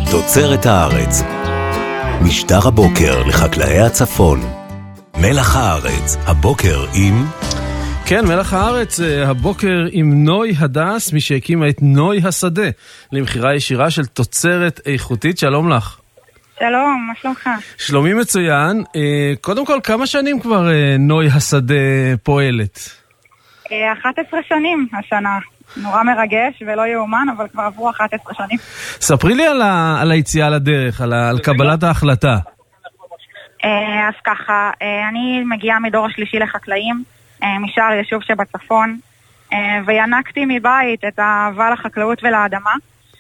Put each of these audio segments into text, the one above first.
תוצרת הארץ. משטר הבוקר לחקלאי הצפון. מלח הארץ, הבוקר עם... כן, מלח הארץ, הבוקר עם נוי הדס, מי שהקימה את נוי השדה, למחירה ישירה של תוצרת איכותית. שלום לך. שלום, מה שלומך? שלומי מצוין. קודם כל, כמה שנים כבר נוי השדה פועלת? 11 שנים השנה. נורא מרגש ולא יאומן, אבל כבר עברו 11 שנים. ספרי לי על היציאה לדרך, על קבלת ההחלטה. אז ככה, אני מגיעה מדור השלישי לחקלאים, משער יישוב שבצפון, וינקתי מבית את האהבה לחקלאות ולאדמה,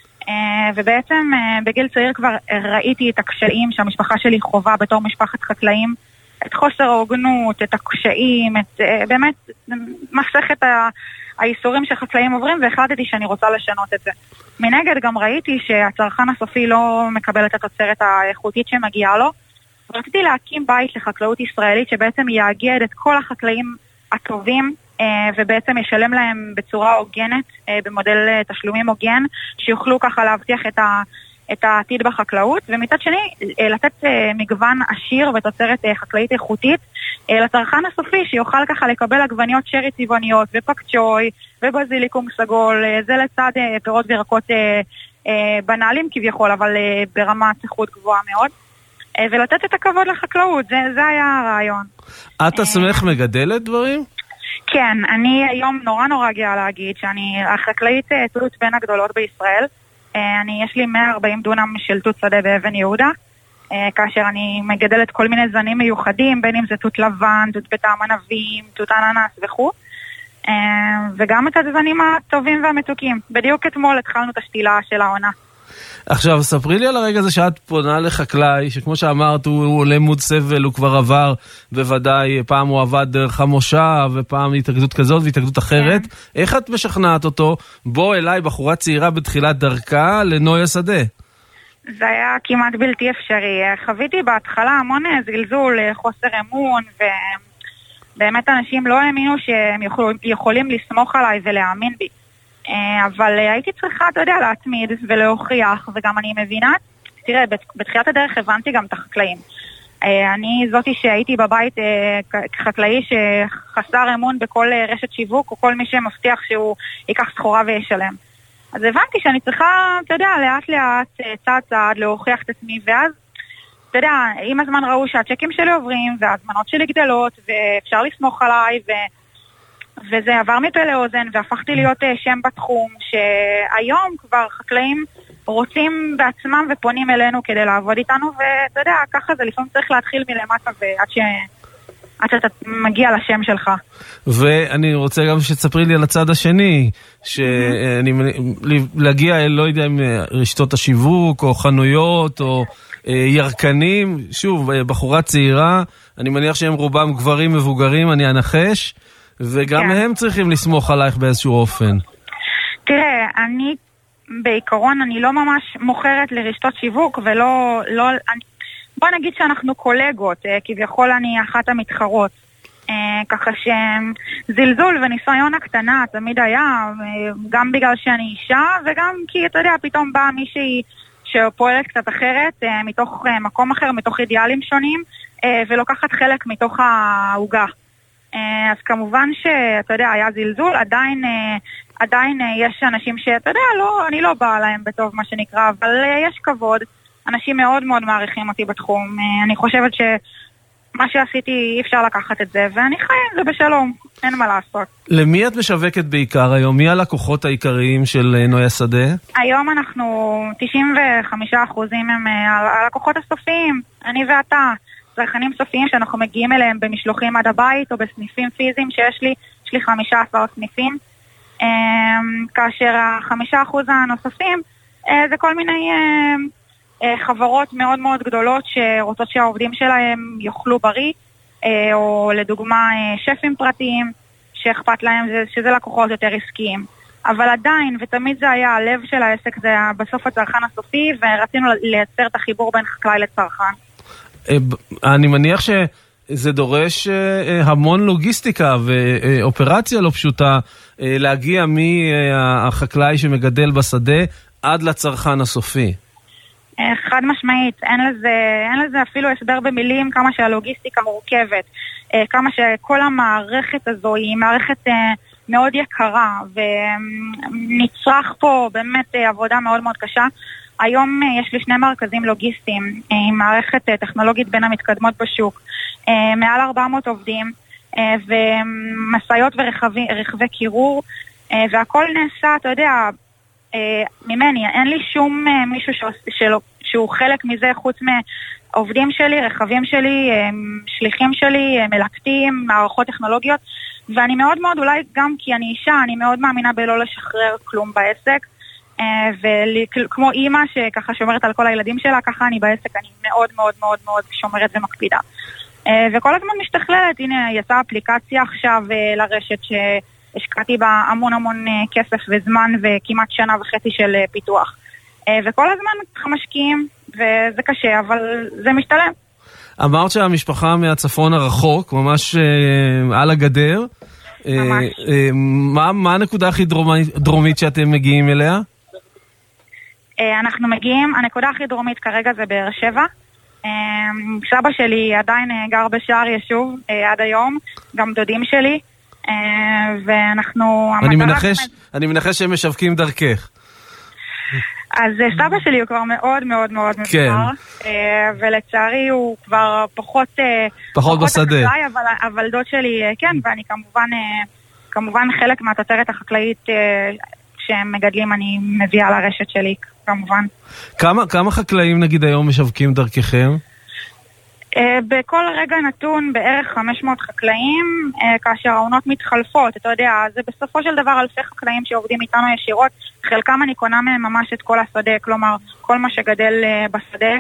ובעצם בגיל צעיר כבר ראיתי את הקשיים שהמשפחה שלי חובה בתור משפחת חקלאים, את חוסר ההוגנות, את הקשיים, את באמת מסכת האיסורים שחקלאים עוברים, והחלטתי שאני רוצה לשנות את זה. מנגד גם ראיתי שהצרכן הסופי לא מקבל את התוצרת האיכותית שמגיעה לו, ורציתי להקים בית לחקלאות ישראלית שבעצם יאגד את כל החקלאים הטובים, ובעצם ישלם להם בצורה הוגנת, במודל תשלומים הוגן, שיוכלו ככה להבטיח את העתיד בחקלאות, ומצד שני לתת מגוון עשיר ותוצרת חקלאית איכותית לצרכן הסופי, שיוכל ככה לקבל עגבניות שרי צבעוניות ופקצ'וי ובזיליקום סגול, זה לצד פירות וירקות בנאליים כביכול, אבל ברמת איכות גבוהה מאוד, ולתת את הכבוד לחקלאות, זה היה הרעיון. את עצמך מגדלת דברים? כן, אני היום נורא גאה להגיד שאני החקלאית תות בין הגדולות בישראל. יש לי 140 דונם של תות שדה באבן יהודה, כאשר אני מגדלת כל מיני זנים מיוחדים, בין אם זה תות לבן, תות בטעם ענבים, תות אננס וכו', וגם את הזנים הטובים והמתוקים. בדיוק אתמול התחלנו את השתילה של העונה. עכשיו, ספרי לי על הרגע הזה שאת פונה לחקלאי, שכמו שאמרת, הוא עולה מוד סבל, הוא כבר עבר, בוודאי, פעם הוא עבד דרך המושב, ופעם התאגדות כזאת והתאגדות אחרת. איך את משכנעת אותו? בוא אליי, בחורה צעירה בתחילת דרכה, לנוי השדה. זה היה כמעט בלתי אפשרי. חוויתי בהתחלה המון זלזול, חוסר אמון, ובאמת אנשים לא האמינו שהם יכולים לסמוך עליי ולהאמין בי. אבל הייתי צריכה, אתה יודע, להתמיד ולהוכיח, וגם אני מבינה, תראה, בתחילת הדרך הבנתי גם את החקלאים. אני זאתי שהייתי בבית חקלאי שחסר אמון בכל רשת שיווק, או כל מי שמבטיח שהוא ייקח סחורה וישלם. אז הבנתי שאני צריכה, אתה יודע, לאט לאט, צעד צעד, להוכיח את עצמי, ואז, אתה יודע, עם הזמן ראו שהצ'קים שלי עוברים, והזמנות שלי גדלות, ואפשר לסמוך עליי, וזה עבר מפה לאוזן, והפכתי להיות שם בתחום, שהיום כבר חקלאים רוצים בעצמם ופונים אלינו כדי לעבוד איתנו, ואתה יודע, ככה זה לפעמים צריך להתחיל מלמטה, עד שאתה מגיע לשם שלך. ואני רוצה גם שתספרי לי על הצד השני, להגיע, לא יודע אם רשתות השיווק, או חנויות, או ירקנים, שוב, בחורה צעירה, אני מניח שהם רובם גברים מבוגרים, אני אנחש, וגם הם צריכים לסמוך עלייך באיזשהו אופן. תראה, אני בעיקרון אני לא ממש מוכרת לרשתות שיווק, ולא, בוא נגיד שאנחנו קולגות, כביכול אני אחת המתחרות, ככה שזלזול וניסיון הקטנה תמיד היה, גם בגלל שאני אישה, וגם כי אתה יודע, פתאום באה מישהי שפועלת קצת אחרת, מתוך מקום אחר, מתוך אידיאלים שונים, ולוקחת חלק מתוך ההוגה. אז כמובן שאתה יודע, היה זלזול, עדיין יש אנשים שאתה יודע, אני לא באה להם בטוב מה שנקרא, אבל יש כבוד, אנשים מאוד מאוד מעריכים אותי בתחום, אני חושבת שמה שעשיתי אי אפשר לקחת את זה, ואני חי עם זה בשלום, אין מה לעשות. למי את משווקת בעיקר היום? מי הלקוחות העיקריים של נוי השדה? היום אנחנו 95% הם הלקוחות הסופיים, אני ואתה. צרכנים סופיים שאנחנו מגיעים אליהם במשלוחים עד הבית או בסניפים פיזיים שיש לי 15 סניפים, כאשר 5% הנוספים זה כל מיני חברות מאוד מאוד גדולות שרוצות שהעובדים שלהם יאכלו בריא, או לדוגמה שפים פרטיים שאכפת להם שזה לקוחות יותר עסקיים, אבל עדיין, ותמיד זה היה הלב של העסק, זה היה בסוף הצרכן הסופי, ורצינו לייצר את החיבור בין חקלאי לצרכן. אני מניח שזה דורש המון לוגיסטיקה ואופרציה לא פשוטה להגיע מהחקלאי שמגדל בשדה עד לצרכן הסופי. חד משמעית, אין לזה אפילו הסבר במילים כמה שהלוגיסטיקה מורכבת, כמה שכל המערכת הזו היא מערכת מאוד יקרה, ונצרך פה באמת עבודה מאוד מאוד קשה. היום יש לי 2 מרכזים לוגיסטיים עם מערכת טכנולוגית בין המתקדמות בשוק, מעל 400 עובדים ומסעיות ורכבי קירור, והכל נעשה, אתה יודע, ממני. אין לי שום מישהו שהוא חלק מזה חוץ מעובדים שלי, רכבים שלי, שליחים שלי, מלקטים, מערכות טכנולוגיות, ואני מאוד מאוד, אולי גם כי אני אישה, אני מאוד מאמינה בלא לשחרר כלום בעסק, וכמו אימא שככה שומרת על כל הילדים שלה, ככה אני בעסק, אני מאוד מאוד מאוד מאוד שומרת ומקפידה. וכל הזמן משתכללת, הנה יצאה אפליקציה עכשיו לרשת שהשקעתי בה המון המון כסף וזמן וכמעט 1.5 שנה של פיתוח. וכל הזמן משקיעים, וזה קשה, אבל זה משתלם. אמרת שהמשפחה מהצפון הרחוק, ממש על הגדר. ממש. מה הנקודה הכי דרומית שאתם מגיעים אליה? אנחנו מגיעים, הנקודה הכי דרומית כרגע זה באר שבע. סבא שלי עדיין גר בשער ישוב עד היום, גם דודים שלי, ואנחנו... אני מנחש שהם משווקים דרכך. אז סבא שלי הוא כבר מאוד מאוד מאוד מבוגר, ולצערי הוא כבר פחות בשדה. אבל דוד שלי כן, ואני כמובן חלק מהתוצרת החקלאית שהם מגדלים אני מביאה לרשת שלי, כמובן. כמה חקלאים נגיד היום משווקים דרככם? בכל רגע נתון בערך 500 חקלאים, כאשר העונות מתחלפות, אתה יודע, זה בסופו של דבר אלפי חקלאים שעובדים איתנו ישירות, חלקם אני קונה מהם ממש את כל השדה, כלומר כל מה שגדל בשדה,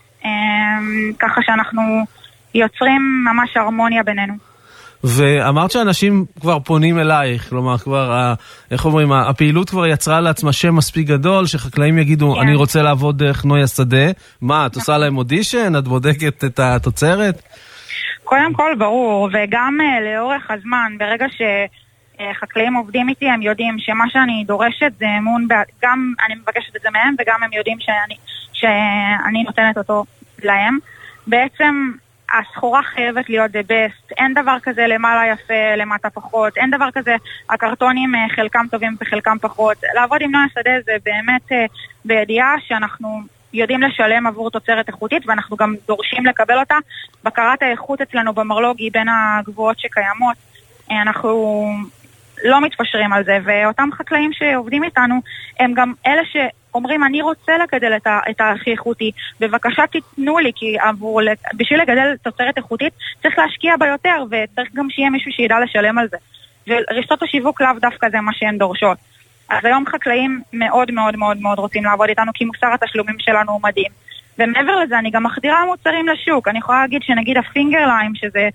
ככה שאנחנו יוצרים ממש הרמוניה בינינו. ואמרת שאנשים כבר פונים אלייך, כלומר כבר, איך אומרים, הפעילות כבר יצרה לעצמה שם מספיק גדול, שחקלאים יגידו, אני רוצה לעבוד דרך נוי השדה. מה, את עושה להם אודישן? את בודקת את התוצרת? קודם כל ברור, וגם לאורך הזמן, ברגע שחקלאים עובדים איתי, הם יודעים שמה שאני דורשת זה אמון, גם אני מבקשת את זה מהם, וגם הם יודעים שאני נותנת אותו להם. בעצם הסחורה חייבת להיות the best, אין דבר כזה למעלה יפה, למטה פחות, אין דבר כזה, הקרטונים חלקם טובים וחלקם פחות. לעבוד עם נוי השדה זה באמת בידיעה שאנחנו יודעים לשלם עבור תוצרת איכותית, ואנחנו גם דורשים לקבל אותה. בקרת האיכות אצלנו במרלוג היא בין הגבוהות שקיימות, אנחנו לא מתפשרים על זה, ואותם חקלאים שעובדים איתנו הם גם אלה אומרים, אני רוצה לגדל את הכי איכותי, בבקשה תיתנו לי, כי בשביל לגדל תוצרת איכותית צריך להשקיע בה יותר, וצריך גם שיהיה מישהו שידע לשלם על זה. ורשתות השיווק לאו דווקא זה מה שהן דורשות. אז היום חקלאים מאוד מאוד מאוד מאוד רוצים לעבוד איתנו, כי מוסר התשלומים שלנו הוא מדהים. ומעבר לזה, אני גם מחדירה מוצרים לשוק. אני יכולה להגיד שנגיד הפינגר ליים, שזה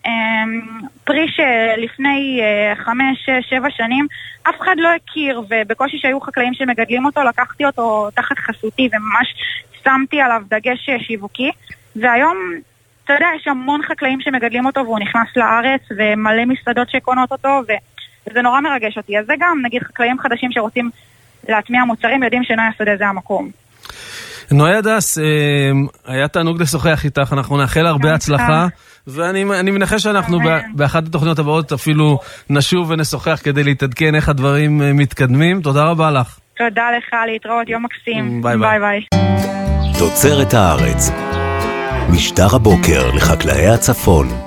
פרי שלפני 5-7 שנים אף אחד לא הכיר, ובקושי שהיו חקלאים שמגדלים אותו, לקחתי אותו תחת חסותי וממש שמתי עליו דגש שיווקי, והיום אתה יודע, יש המון חקלאים שמגדלים אותו והוא נכנס לארץ ומלא מסעדות שקונות אותו, וזה נורא מרגש אותי. אז זה גם נגיד חקלאים חדשים שרוצים להטמיע מוצרים, יודעים שנוי השדה זה המקום. נוי הדס, היה תענוג לשוחח איתך, אנחנו נאחל הרבה הצלחה, ואני מנחש שאנחנו באחת התוכניות הבאות אפילו נשוב ונשוחח כדי להתעדכן איך הדברים מתקדמים. תודה רבה לך. תודה לך, להתראות, יום מקסים. ביי ביי. תוצרת הארץ, משדר הבוקר לחקלאי הצפון.